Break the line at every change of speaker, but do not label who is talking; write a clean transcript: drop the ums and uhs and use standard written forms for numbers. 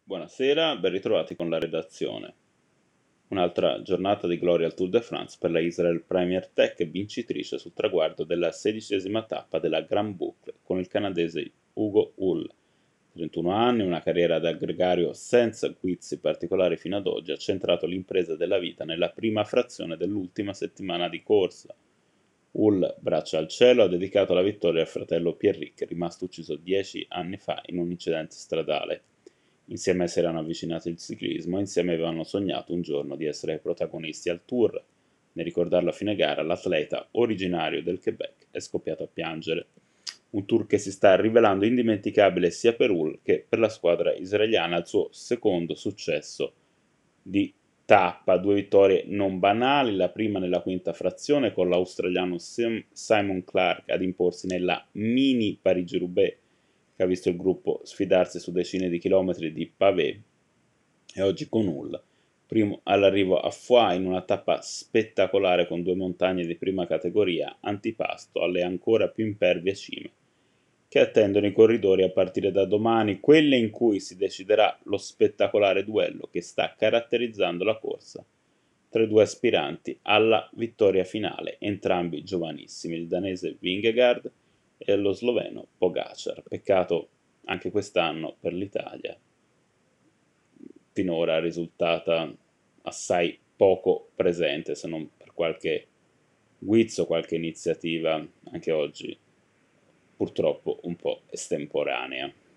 Buonasera, ben ritrovati con la redazione. Un'altra giornata di gloria al Tour de France per la Israel Premier Tech, vincitrice sul traguardo della 16ª tappa della Grand Boucle con il canadese Hugo Hull. 31 anni, una carriera da gregario senza guizzi particolari fino ad oggi, ha centrato l'impresa della vita nella prima frazione dell'ultima settimana di corsa. Hull, braccia al cielo, ha dedicato la vittoria al fratello Pierrick, rimasto ucciso 10 anni fa in un incidente stradale. Insieme si erano avvicinati al ciclismo e insieme avevano sognato un giorno di essere protagonisti al Tour. Nel ricordarlo a fine gara, l'atleta originario del Quebec è scoppiato a piangere. Un tour che si sta rivelando indimenticabile sia per Hull che per la squadra israeliana, al suo secondo successo di tappa, due vittorie non banali, la prima nella quinta frazione con l'australiano Simon Clarke ad imporsi nella mini Parigi-Roubaix, che ha visto il gruppo sfidarsi su decine di chilometri di pavé, e oggi con Hull, primo all'arrivo a Foix in una tappa spettacolare con due montagne di prima categoria, antipasto alle ancora più impervie cime che attendono i corridori a partire da domani, quelle in cui si deciderà lo spettacolare duello che sta caratterizzando la corsa tra i due aspiranti alla vittoria finale, entrambi giovanissimi, il danese Vingegaard e lo sloveno Pogacar. Peccato anche quest'anno per l'Italia, finora risultata assai poco presente, se non per qualche guizzo, qualche iniziativa anche oggi purtroppo un po' estemporanea.